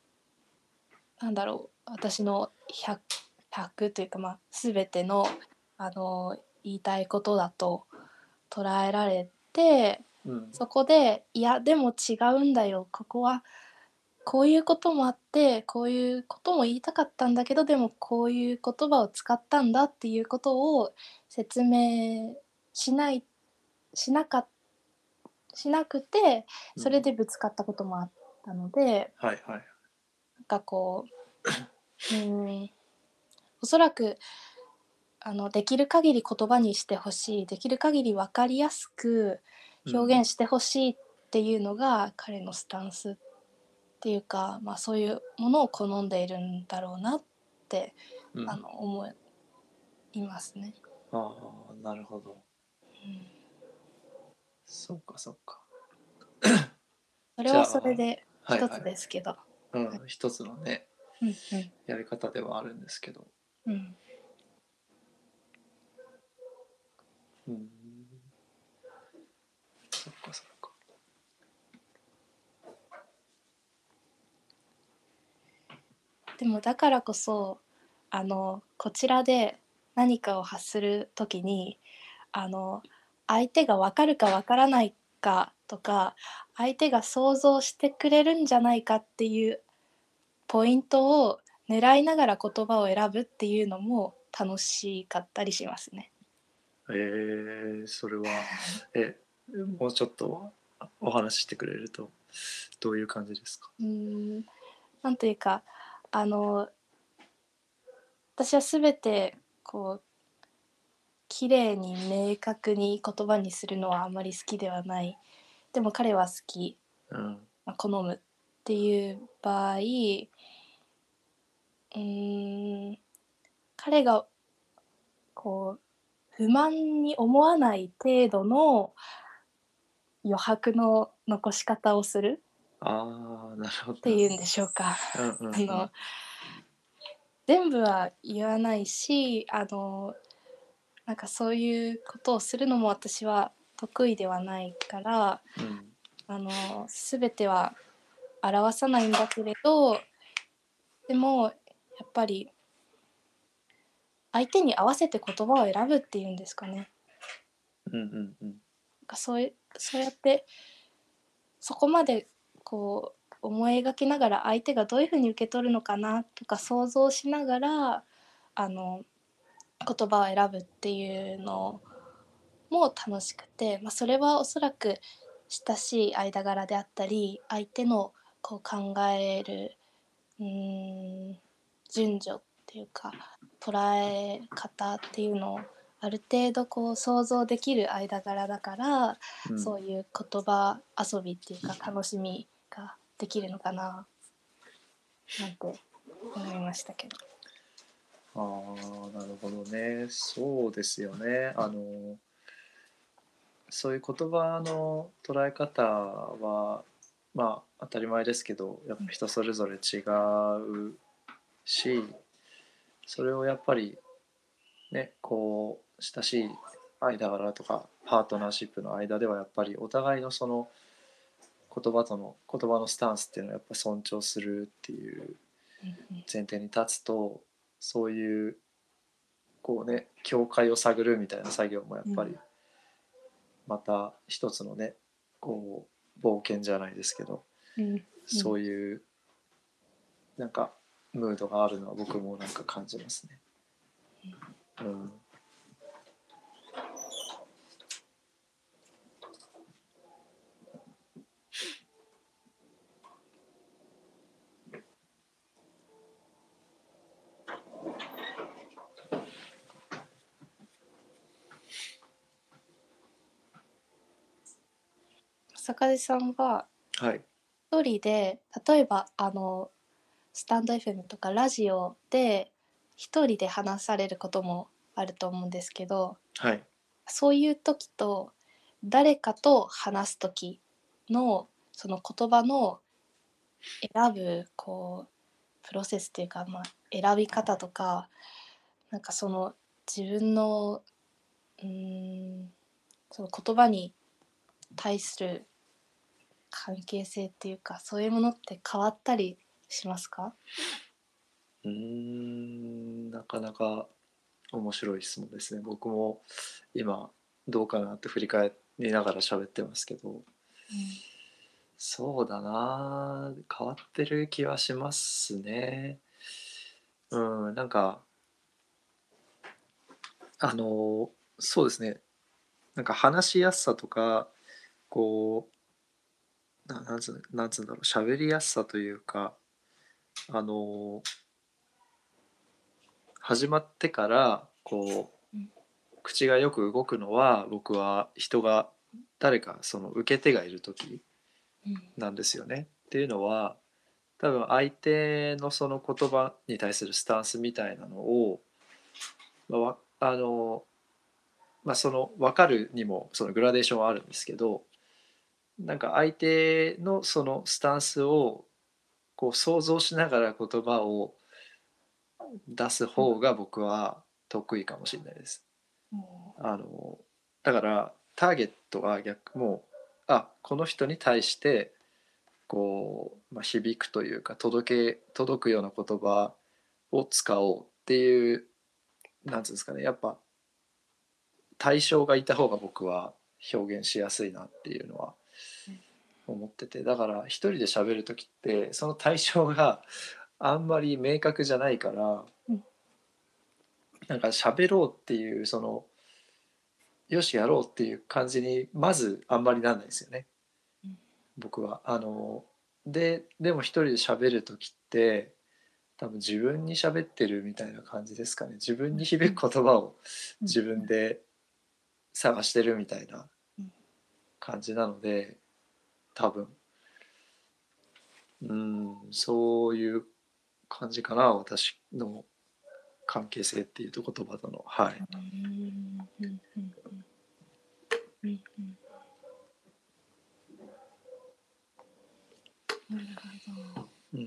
[SPEAKER 2] なんだろう私の100というか、全ての言いたいことだと捉えられて、
[SPEAKER 1] うん。
[SPEAKER 2] そこで「いや、でも違うんだよ。ここはこういうこともあって、こういうことも言いたかったんだけど、でもこういう言葉を使ったんだ」っていうことを説明しないしなかしなくて、
[SPEAKER 1] うん。
[SPEAKER 2] それでぶつかったこともあったので、
[SPEAKER 1] はいはい。
[SPEAKER 2] なんかおそらくできる限り言葉にしてほしい、できる限り分かりやすく
[SPEAKER 1] うん。
[SPEAKER 2] 表現してほしいっていうのが彼のスタンスっていうか、まあ、そういうものを好んでいるんだろうなって
[SPEAKER 1] うん。
[SPEAKER 2] 思いますね。
[SPEAKER 1] ああ、なるほど。そうかそうか。
[SPEAKER 2] それはそれ
[SPEAKER 1] じゃあ、
[SPEAKER 2] で一つ
[SPEAKER 1] はいはい。
[SPEAKER 2] ですけど。はい。
[SPEAKER 1] 一つのね、
[SPEAKER 2] うんうん
[SPEAKER 1] やり方ではあるんですけど。
[SPEAKER 2] うん。
[SPEAKER 1] うん。そっかそっか。
[SPEAKER 2] でもだからこそこちらで何かを発する時にあの相手が分かるか分からないかとか、相手が想像してくれるんじゃないかっていうポイントを狙いながら言葉を選ぶっていうのも楽しかったりしますね。
[SPEAKER 1] それは、え、もうちょっとお話ししてくれると、どういう感じですか？
[SPEAKER 2] うーん、なんというか、あの、私は全て綺麗に明確に言葉にするのはあまり好きではない。でも彼は好き、
[SPEAKER 1] うん。
[SPEAKER 2] まあ、好むっていう場合、うーん、彼が不満に思わない程度の余白の残し方をする
[SPEAKER 1] ああ、なるほど
[SPEAKER 2] っていうんで
[SPEAKER 1] なるほど。
[SPEAKER 2] しょうか。
[SPEAKER 1] うんう
[SPEAKER 2] あの、
[SPEAKER 1] んうん。
[SPEAKER 2] 全部は言わないし、なんかそういうことをするのも私は得意ではないから、
[SPEAKER 1] うん。
[SPEAKER 2] 全ては表さないんだけれど、でもやっぱり相手に合わせて言葉を選ぶっていうんですかね。
[SPEAKER 1] うんうんうん。
[SPEAKER 2] なんかそうやってそこまで思い描きながら相手がどういうふうに受け取るのかなとか想像しながらあの言葉を選ぶっていうのも楽しくて、まあ、それはおそらく親しい間柄であったり相手の考える順序っていうか捉え方っていうのをある程度想像できる間柄だから、
[SPEAKER 1] うん。
[SPEAKER 2] そういう言葉遊びっていうか楽しみができるのかななんて思いましたけど。
[SPEAKER 1] ああ、なるほどね。そうですよね。そういう言葉の捉え方は、まあ、当たり前ですけど、やっぱ人それぞれ違うし、それをやっぱりね、こう親しい間柄とかパートナーシップの間ではやっぱりお互いのその言葉のスタンスっていうのをやっぱ尊重するっていう
[SPEAKER 2] うん
[SPEAKER 1] 前提に立つと、そういうこうね境界を探るみたいな作業もやっぱり
[SPEAKER 2] うん
[SPEAKER 1] また一つのねこう冒険じゃないですけど、
[SPEAKER 2] うんうん
[SPEAKER 1] そういうなんかムードがあるのは僕もなんか感じますね。うん。
[SPEAKER 2] 坂出さんは
[SPEAKER 1] はい。
[SPEAKER 2] 一人で例えばスタンド FM とかラジオで一人で話されることもあると思うんですけど、
[SPEAKER 1] はい。
[SPEAKER 2] そういう時と誰かと話す時のその言葉の選ぶプロセスっていうか、まあ、選び方とかなんか自分のうーんその言葉に対する関係性っていうかそういうものって変わったりしますか？
[SPEAKER 1] なかなか面白い質問ですね。僕も今どうかなって振り返りながら喋ってますけど、
[SPEAKER 2] うん。
[SPEAKER 1] そうだな、変わってる気はしますね。うん、なんかあのそうですね。なんか話しやすさとか、こなんつうんだろう、喋りやすさというか、あの始まってから
[SPEAKER 2] うん。
[SPEAKER 1] 口がよく動くのは、僕は誰かその受け手がいる時
[SPEAKER 2] うん。
[SPEAKER 1] なんですよね。っていうのは、多分相手のその言葉に対するスタンスみたいなのを、まあ、その分かるにもそのグラデーションはあるんですけど、なんか相手のそのスタンスを想像しながら言葉を出す
[SPEAKER 2] うん。
[SPEAKER 1] 方が僕は得意かもしれないです。
[SPEAKER 2] お
[SPEAKER 1] あのだからターゲットはもう、この人に対して響くというか届くような言葉を使おうっていう、なんつうんですかね、やっぱ対象がいた方が僕は表現しやすいなっていうのは
[SPEAKER 2] うん。
[SPEAKER 1] 思ってて、だから一人で喋る時ってその対象があんまり明確じゃないから、
[SPEAKER 2] うん。
[SPEAKER 1] なんか喋ろうっていうよしやろうっていう感じにまずあんまりなんないですよね、
[SPEAKER 2] うん。
[SPEAKER 1] 僕は。でも一人で喋る時って多分自分に喋ってるみたいな感じですかね。自分に
[SPEAKER 2] うん。
[SPEAKER 1] 響く言葉を
[SPEAKER 2] うん。
[SPEAKER 1] 自分で探してるみたいな
[SPEAKER 2] うん。
[SPEAKER 1] 感じなので、多分そういう感じかな、私の関係性っていうと言葉との。はい。
[SPEAKER 2] うん。うん。うん。うん。うん。なるほど。
[SPEAKER 1] うん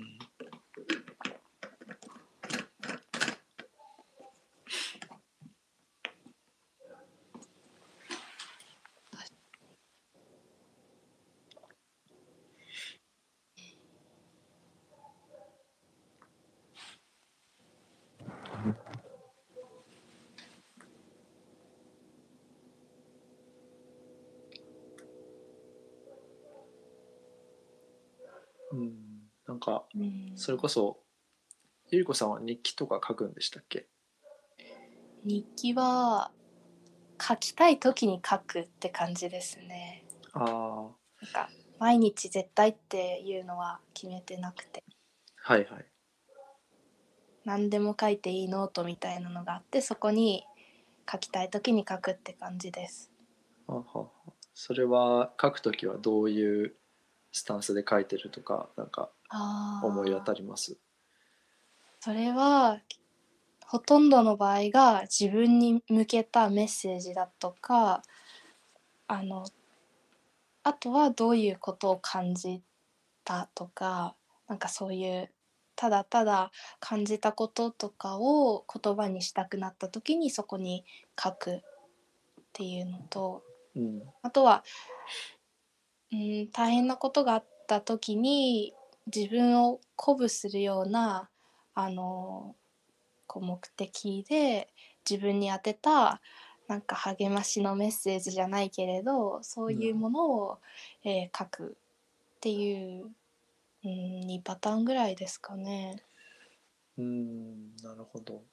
[SPEAKER 1] なんか
[SPEAKER 2] うん。
[SPEAKER 1] それこそゆりこさんは日記とか書くんでしたっけ？
[SPEAKER 2] 日記は書きたい時に書くって感じですね。
[SPEAKER 1] ああ、は
[SPEAKER 2] なんか毎日絶対っていうのは決めてなくて、
[SPEAKER 1] いはい。
[SPEAKER 2] 何でも書いていいノートみたいなのがあって、そこに書きたい時に書くって感じです。
[SPEAKER 1] は。それは書くときはどういうスタンスで書いてるとか、なんか思い当
[SPEAKER 2] ああ、
[SPEAKER 1] たります？
[SPEAKER 2] それはほとんどの場合が自分に向けたメッセージだとか、あの、あとはどういうことを感じたとか、なんかそういうただただ感じたこととかを言葉にしたくなった時にそこに書くっていうのと、
[SPEAKER 1] うん。
[SPEAKER 2] あとは、大変なことがあった時に自分を鼓舞するようなあの目的で自分に宛てたなんか励ましのメッセージじゃないけれどそう
[SPEAKER 1] うん。
[SPEAKER 2] いうものを、書くっていう、2パターンぐらいですかね。
[SPEAKER 1] なるほど。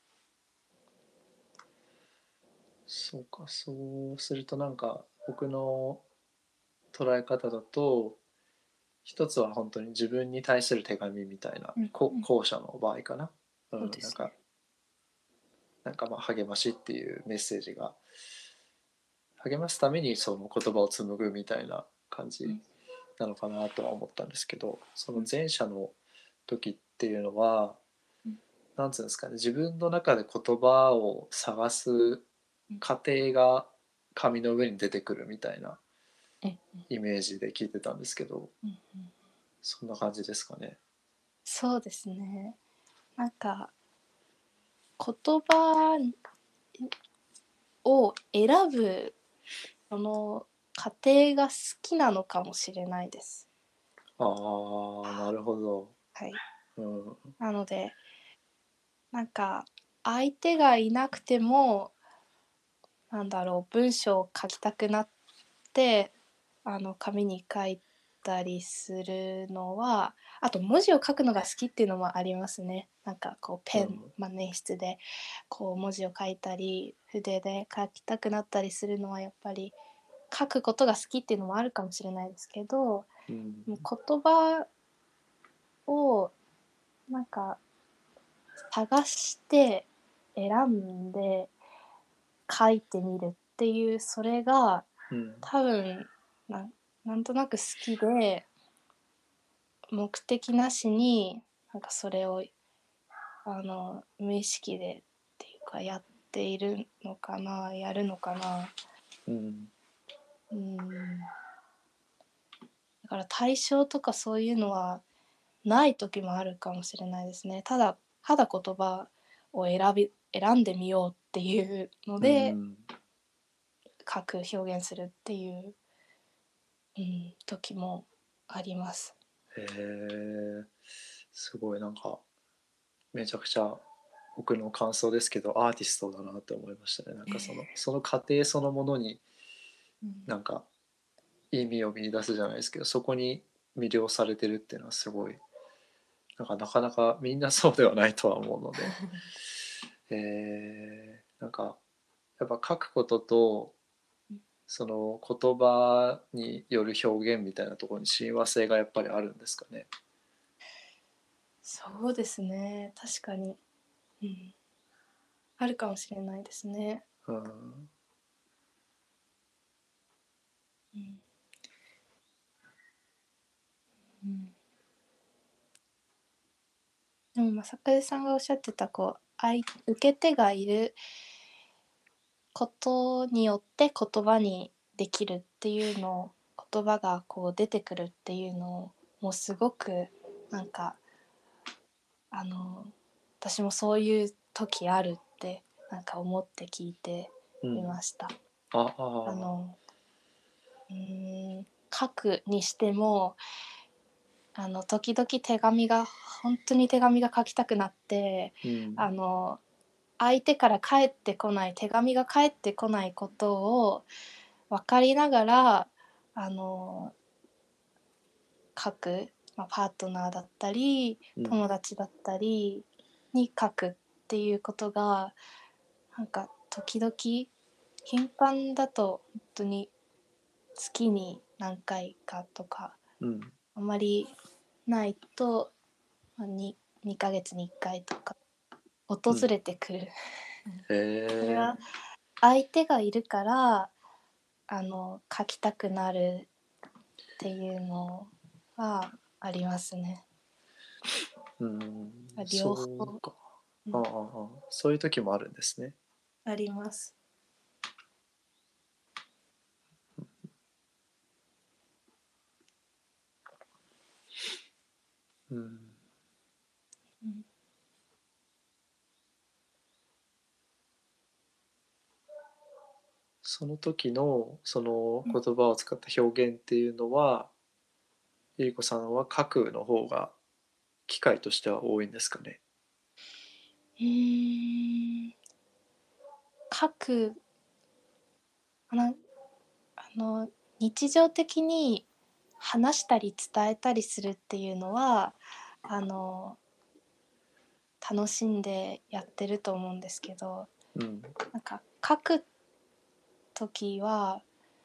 [SPEAKER 1] そうか、そうするとなんか僕の捉え方だと、一つは本当に自分に対する手紙みたいな、
[SPEAKER 2] うんうん。
[SPEAKER 1] 後者の場合かな。なんか、
[SPEAKER 2] そうですね。
[SPEAKER 1] 励ましっていうメッセージが、励ますためにその言葉を紡ぐみたいな感じ
[SPEAKER 2] うん
[SPEAKER 1] なのかなとは思ったんですけど、その
[SPEAKER 2] うん
[SPEAKER 1] 前者の時っていうのは、
[SPEAKER 2] うん
[SPEAKER 1] なんつうんですかね、自分の中で言葉を探す
[SPEAKER 2] うん
[SPEAKER 1] 過程が紙の上に出てくるみたいな
[SPEAKER 2] うん
[SPEAKER 1] イメージで聞いてたんですけど、
[SPEAKER 2] うんうん。
[SPEAKER 1] そんな感じですかね。
[SPEAKER 2] そうですね。なんか言葉を選ぶその過程が好きなのかもしれないです。
[SPEAKER 1] ああ、なるほど。
[SPEAKER 2] はい。
[SPEAKER 1] うん。
[SPEAKER 2] なので、なんか相手がいなくても、なんだろう、文章を書きたくなって、紙に書いたりするのは、あと文字を書くのが好きっていうのもありますね。なんかこうペン、
[SPEAKER 1] うん。
[SPEAKER 2] 万年筆でこう文字を書いたり、筆で書きたくなったりするのはやっぱり書くことが好きっていうのもあるかもしれないですけど、
[SPEAKER 1] うん。
[SPEAKER 2] もう言葉をなんか探して選んで書いてみるっていう、それが
[SPEAKER 1] うん。
[SPEAKER 2] 多分なんとなく好きで、目的なしになんかそれを無意識でっていうかやっているのかな、やるのかな。
[SPEAKER 1] うん。
[SPEAKER 2] うん。だから対象とかそういうのはない時もあるかもしれないですね。ただ言葉を選んでみようっていうの
[SPEAKER 1] う
[SPEAKER 2] で
[SPEAKER 1] ん。
[SPEAKER 2] 書く、表現するっていう、時もあります。
[SPEAKER 1] へえ、すごいなんかめちゃくちゃ僕の感想ですけどアーティストだなって思いましたね。なんかその過程そのものに
[SPEAKER 2] うん、
[SPEAKER 1] なんか意味を見出すじゃないですけど、そこに魅了されてるっていうのはすごいなんかなかなかみんなそうではないとは思うので、なんかやっぱ書くこととその言葉による表現みたいなところに親和性がやっぱりあるんですかね。
[SPEAKER 2] そうですね、確かに、うん、あるかもしれないですね。
[SPEAKER 1] うん。
[SPEAKER 2] うんうん、でも正和さんがおっしゃってた受け手がいることによって言葉にできるっていうのを、言葉がこう出てくるっていうのを、もうすごくなんかあの私もそういう時あるってなんか思って聞いて
[SPEAKER 1] うん。
[SPEAKER 2] いました。
[SPEAKER 1] ああ。
[SPEAKER 2] あの書くにしても時々本当に手紙が書きたくなって、
[SPEAKER 1] うん。
[SPEAKER 2] あの相手から手紙が返ってこないことを分かりながらあの書く、パートナーだったり
[SPEAKER 1] うん。
[SPEAKER 2] 友達だったりに書くっていうことがなんか時々頻繁だと本当に月に何回かとか
[SPEAKER 1] うん。
[SPEAKER 2] あまりないと、2ヶ月に1回とか訪
[SPEAKER 1] うん。
[SPEAKER 2] れてくる。
[SPEAKER 1] へ
[SPEAKER 2] それは
[SPEAKER 1] え。
[SPEAKER 2] 相手がいるから書きたくなるっていうのはありますね。
[SPEAKER 1] うん。
[SPEAKER 2] 両
[SPEAKER 1] そう
[SPEAKER 2] 方、
[SPEAKER 1] か。
[SPEAKER 2] うん、
[SPEAKER 1] ああ、ああ、そういう時もあるんですね。
[SPEAKER 2] あります。
[SPEAKER 1] うん。
[SPEAKER 2] うん、
[SPEAKER 1] その時のその
[SPEAKER 2] うん
[SPEAKER 1] 言葉を使った表現っていうのは、ゆり子さんは書くの方が機会としては多いんですかね。
[SPEAKER 2] うーん書くあのあの日常的に話したり伝えたりするっていうのはあの楽しんでやってると思うんですけど、
[SPEAKER 1] うん。
[SPEAKER 2] なんか書く時は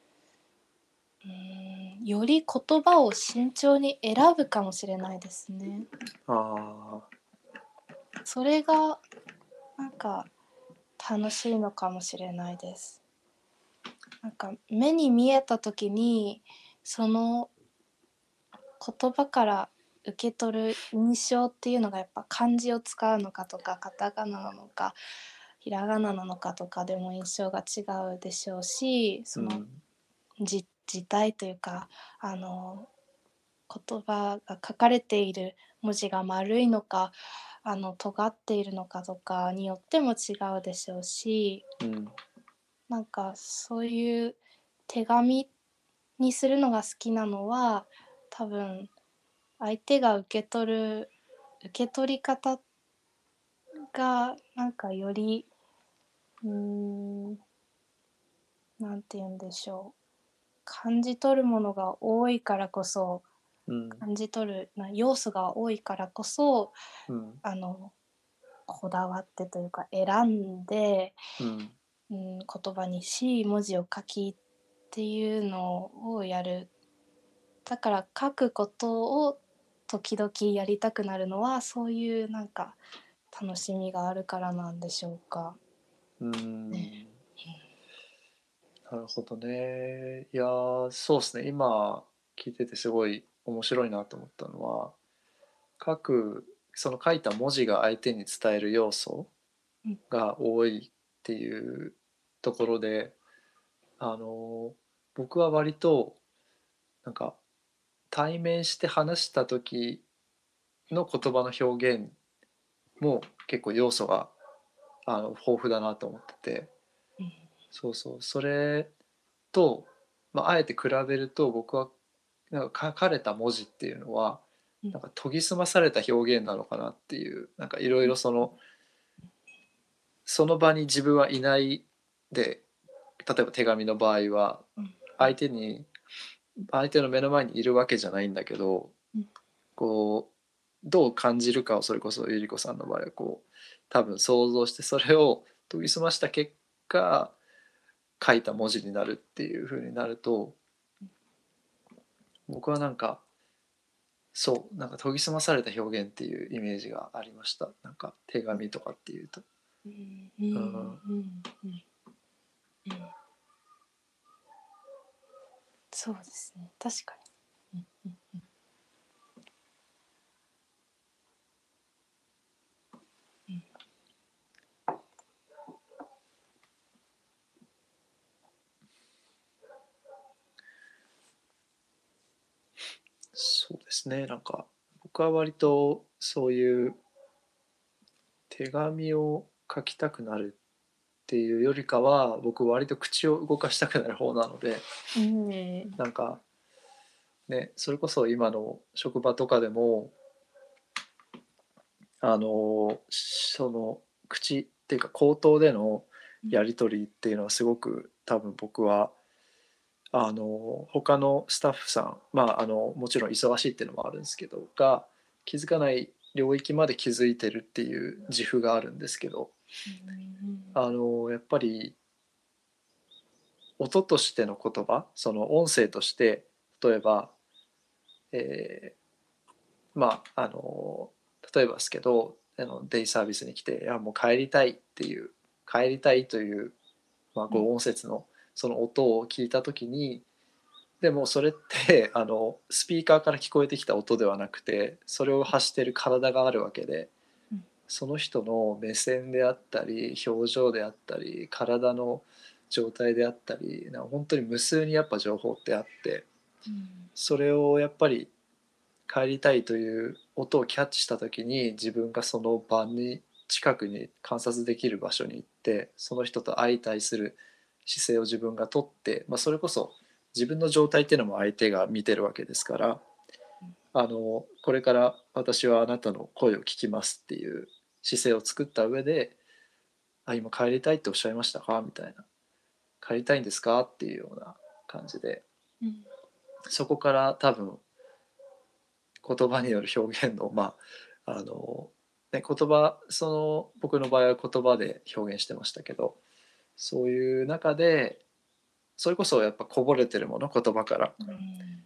[SPEAKER 2] より言葉を慎重に選ぶかもしれないですね。
[SPEAKER 1] ああ。
[SPEAKER 2] それがなんか楽しいのかもしれないです。なんか目に見えた時にその言葉から受け取る印象っていうのがやっぱ漢字を使うのかとかカタカナなのかひらがななのかとかでも印象が違うでしょうし、その
[SPEAKER 1] うん。
[SPEAKER 2] 字体というかあの言葉が書かれている文字が丸いのか尖っているのかとかによっても違うでしょうし、
[SPEAKER 1] うん。
[SPEAKER 2] なんかそういう手紙にするのが好きなのは多分相手が受け取り方がなんかよりなんて言うんでしょう、感じ取るものが多いからこそ、
[SPEAKER 1] うん
[SPEAKER 2] 感じ取る要素が多いからこそ、
[SPEAKER 1] うん
[SPEAKER 2] あのこだわってというか選んで、
[SPEAKER 1] うん
[SPEAKER 2] 言葉にし文字を書きっていうのをやる。だから書くことを時々やりたくなるのはそういうなんか楽しみがあるからなんでしょうか。
[SPEAKER 1] う
[SPEAKER 2] ね。
[SPEAKER 1] ん。なるほどね。いやー、そうですね。今聞いててすごい面白いなと思ったのは、書く、その書いた文字が相手に伝える要素
[SPEAKER 2] うん、
[SPEAKER 1] が多いっていうところで、あの、僕は割と、なんか、対面して話した時の言葉の表現も結構要素が豊富だなと思ってて、
[SPEAKER 2] うん、
[SPEAKER 1] そうそう、それと、あえて比べると僕はなんか書かれた文字っていうのは
[SPEAKER 2] うん、
[SPEAKER 1] なんか研ぎ澄まされた表現なのかなっていう、なんかいろいろその場に自分はいないで、例えば手紙の場合は
[SPEAKER 2] うん、
[SPEAKER 1] 相手に相手の目の前にいるわけじゃないんだけど、
[SPEAKER 2] うん、
[SPEAKER 1] こうどう感じるかを、それこそゆり子さんの場合はこう多分想像してそれを研ぎ澄ました結果書いた文字になるっていう風になると、僕はなんかそうなんか研ぎ澄まされた表現っていうイメージがありました。なんか手紙とかっていうと、
[SPEAKER 2] うん、うん、
[SPEAKER 1] うん、
[SPEAKER 2] うん、うん、うん、そうですね、確かに。うん、うん、
[SPEAKER 1] そうですね。なんか僕は割とそういう手紙を書きたくなるっていうよりかは僕割と口を動かしたくなる方なので、
[SPEAKER 2] うん、うん、
[SPEAKER 1] なんかね、それこそ今の職場とかでもその口っていうか口頭でのやり取りっていうのはすごく多分僕は他のスタッフさん、もちろん忙しいっていうのもあるんですけどが気づかない領域まで気づいてるっていう自負があるんですけど、
[SPEAKER 2] うん、
[SPEAKER 1] やっぱり音としての言葉、その音声として例えば、え例えばですけどデイサービスに来て「いやもう帰りたい」っていう「帰りたい」という、5音節のその音を聞いた時に、でもそれってスピーカーから聞こえてきた音ではなくてそれを発している体があるわけで、
[SPEAKER 2] うん、
[SPEAKER 1] その人の目線であったり表情であったり体の状態であったりなんか本当に無数にやっぱ情報ってあって、
[SPEAKER 2] うん、
[SPEAKER 1] それをやっぱり帰りたいという音をキャッチした時に自分がその場に近くに観察できる場所に行ってその人と相対する姿勢を自分がとって、それこそ自分の状態っていうのも相手が見てるわけですから、これから私はあなたの声を聞きますっていう姿勢を作った上で今帰りたいっておっしゃいましたかみたいな、帰りたいんですかっていうような感じで、
[SPEAKER 2] うん、
[SPEAKER 1] そこから多分言葉による表現の言葉僕の場合は言葉で表現してましたけど、そういう中でそれこそやっぱこぼれてるもの言葉から
[SPEAKER 2] うん、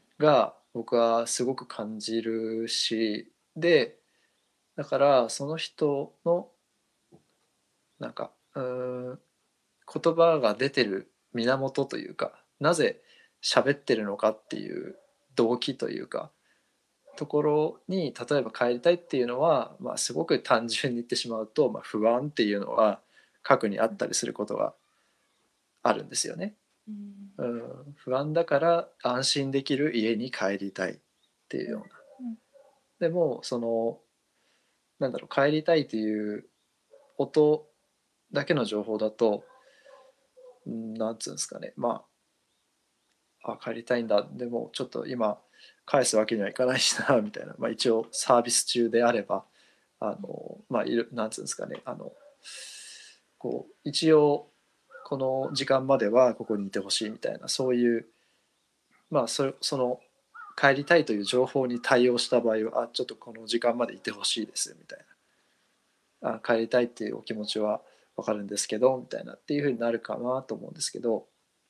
[SPEAKER 1] が僕はすごく感じるし、でだからその人のなんか言葉が出てる源というかなぜ喋ってるのかっていう動機というかところに例えば帰りたいっていうのは、すごく単純に言ってしまうと、不安っていうのは過去にあったりすることがあるんですよね。
[SPEAKER 2] うん、
[SPEAKER 1] うん、不安だから安心できる家に帰りたいっていうような。
[SPEAKER 2] うん、
[SPEAKER 1] でもなんだろう、帰りたいっていう音だけの情報だと、なんつうんですかね、帰りたいんだ、でもちょっと今返すわけにはいかないしなみたいな、一応サービス中であればなんつうんですかね、こう一応この時間まではここにいてほしいみたいな、そういうその帰りたいという情報に対応した場合は、ちょっとこの時間までいてほしいですみたいな、帰りたいっていうお気持ちは分かるんですけどみたいなっていうふうになるかなと思うんですけど、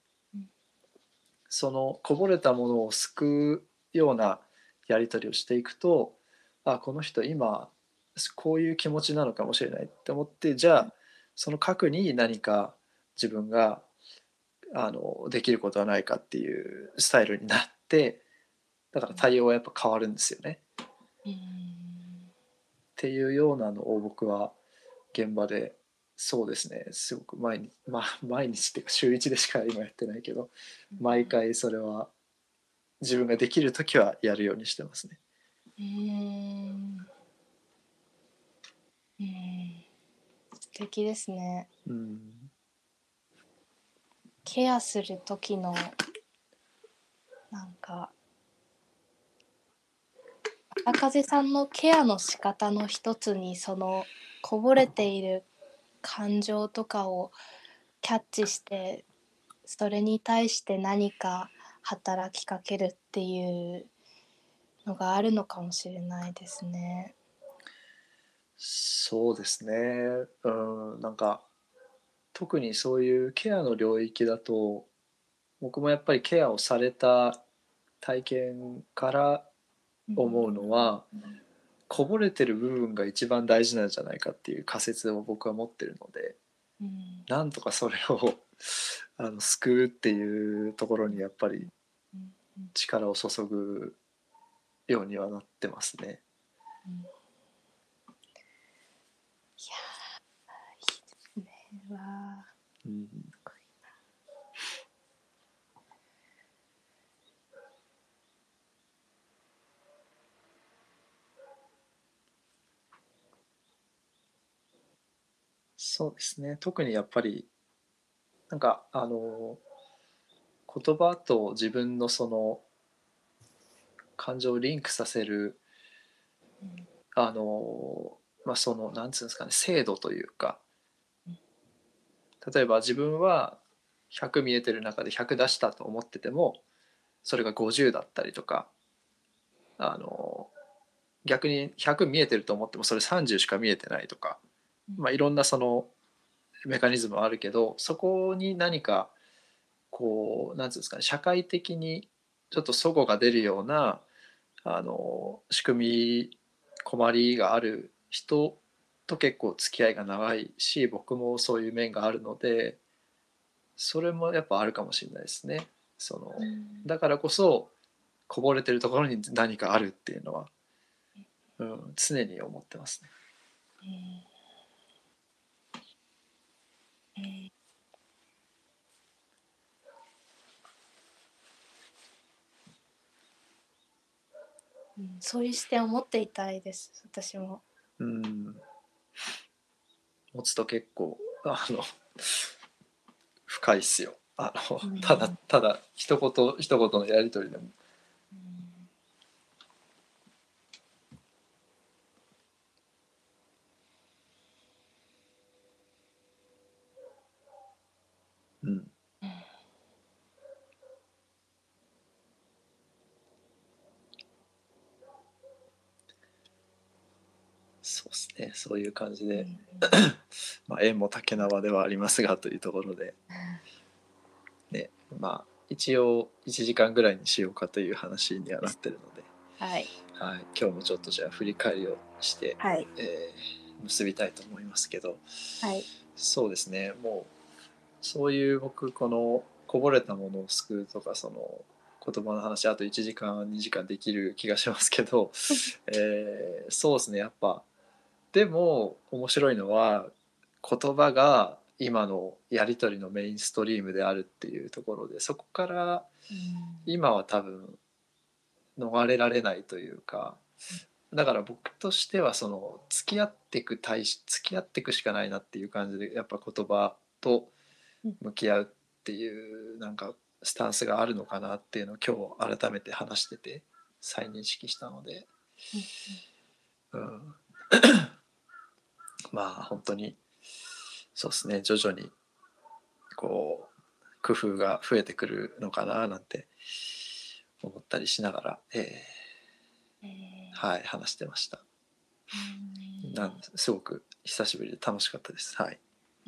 [SPEAKER 1] そのこぼれたものを救うようなやり取りをしていくと、この人今こういう気持ちなのかもしれないって思って、じゃあその核に何か自分ができることはないかっていうスタイルになって、だから対応はやっぱ変わるんですよね。っていうようなのを僕は現場で、そうですね、すごく毎日っていうか週1でしか今やってないけど、毎回それは自分ができる時はやるようにしてますね。
[SPEAKER 2] 素敵ですね。
[SPEAKER 1] うん、
[SPEAKER 2] ケアする時のなんか赤風さんのケアの仕方の一つに、そのこぼれている感情とかをキャッチして、それに対して何か働きかけるっていうのがあるのかもしれないですね。
[SPEAKER 1] そうですね、なんか特にそういうケアの領域だと、僕もやっぱりケアをされた体験から思うのは、こぼれてる部分が一番大事なんじゃないかっていう仮説を僕は持ってるので、なんとかそれを救うっていうところにやっぱり力を注ぐようにはなってますね。
[SPEAKER 2] いやいいですね。
[SPEAKER 1] うん、そうですね、特にやっぱりなんか言葉と自分のその感情をリンクさせるそのなんつうんですかね、精度というか、例えば自分は100見えてる中で100出したと思ってても、それが50だったりとか、あの逆に100見えてると思ってもそれ30しか見えてないとか、いろんなそのメカニズムはあるけど、そこに何かこうなんつうんですかね、社会的にちょっと齟齬が出るような仕組み、困りがある人と結構付き合いが長いし、僕もそういう面があるので、それもやっぱあるかもしれないですね。だからこそこぼれてるところに何かあるっていうのは、常に思ってますね。
[SPEAKER 2] そういう視点を持っていたいです、私も。
[SPEAKER 1] うん、持つと結構深いっすよ。ただただ一言一言のやり取りでも。うん、そうですね、そういう感じで、縁も竹縄ではありますがというところで、ね、一応1時間ぐらいにしようかという話にはなってるので、
[SPEAKER 2] はい、
[SPEAKER 1] はい、今日もちょっとじゃあ振り返りをして、
[SPEAKER 2] はい、
[SPEAKER 1] 結びたいと思いますけど、
[SPEAKER 2] はい、
[SPEAKER 1] そうですね、もうそういう僕このこぼれたものを救うとか、その言葉の話あと1時間2時間できる気がしますけど、そうですね、やっぱでも面白いのは言葉が今のやり取りのメインストリームであるっていうところで、そこから今は多分逃れられないというか、だから僕としてはその付き合っていくしかないなっていう感じで、やっぱ言葉と向き合うっていうなんかスタンスがあるのかなっていうのを今日改めて話してて再認識したので、うん、 まあ本当にそうですね、徐々にこう工夫が増えてくるのかななんて思ったりしながら、はい、話してました。すごく久しぶりで楽しかったです。はい。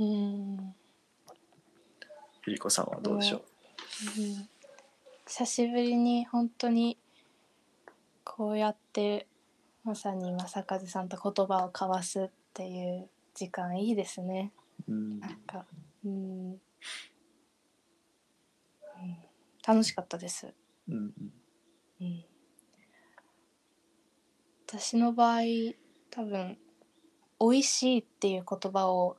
[SPEAKER 1] ゆりこさんはどうでしょ
[SPEAKER 2] 久しぶりに本当にこうやってまさに正和さんと言葉を交わすっていう時間いいですね。
[SPEAKER 1] う。
[SPEAKER 2] なんか、楽しかったです。私の場合多分美味しいっていう言葉を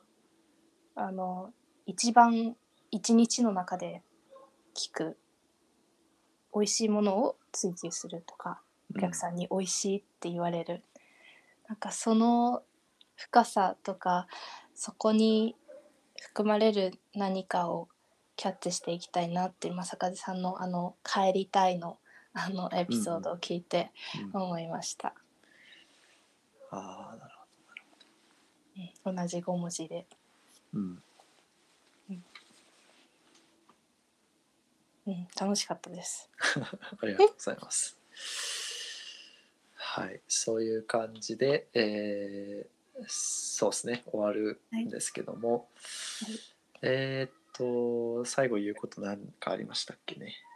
[SPEAKER 2] 一番一日の中で聞く、美味しいものを追求するとか、お客さんに美味しいって言われる、なんかその深さとかそこに含まれる何かをキャッチしていきたいなって正和さんの帰りたいのエピソードを聞いて思いました。
[SPEAKER 1] ああ、なる
[SPEAKER 2] 同じ5文字で、楽しかったです。
[SPEAKER 1] ありがとうございます。はい、そういう感じで、そうですね、終わるんですけども、最後言うこと何かありましたっけね。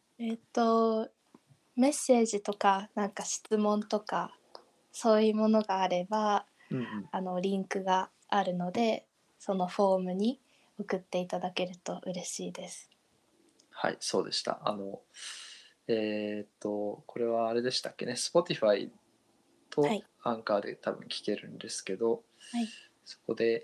[SPEAKER 2] メッセージとかなんか質問とかそういうものがあれば、リンクがあるのでそのフォームに送っていただけると嬉しいです。
[SPEAKER 1] はい、そうでした。これはあれでしたっけね、Spotify とアンカーで多分聞けるんですけど、
[SPEAKER 2] はい、
[SPEAKER 1] そこで、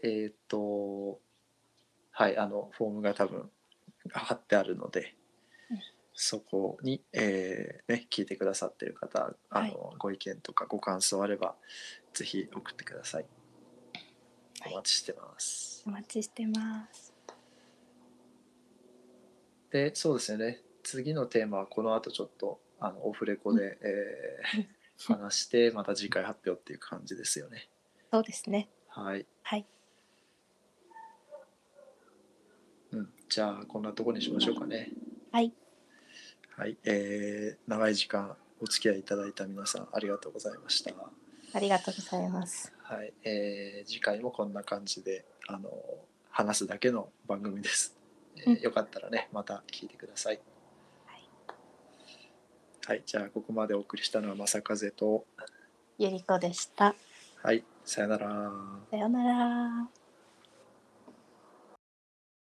[SPEAKER 1] はい、フォームが多分貼ってあるので、そこに、聞いてくださっている方、ご意見とかご感想あれば、ぜひ送ってください。お待ちしてます。
[SPEAKER 2] お待ちしてます。
[SPEAKER 1] で、そうですよね。次のテーマはこの後ちょっとオフレコで、話してまた次回発表っていう感じですよね。
[SPEAKER 2] そうですね。
[SPEAKER 1] はい。
[SPEAKER 2] はい。
[SPEAKER 1] じゃあこんなところにしましょうかね。
[SPEAKER 2] はい。
[SPEAKER 1] はい。長い時間お付き合いいただいた皆さんありがとうございました。
[SPEAKER 2] ありがとうございます。
[SPEAKER 1] はい。次回もこんな感じで話すだけの番組です。よかったらねまた聞いてください。はい、じゃあここまでお送りしたのは正風と
[SPEAKER 2] ゆりこでした。
[SPEAKER 1] はい、さよなら。
[SPEAKER 2] さよなら。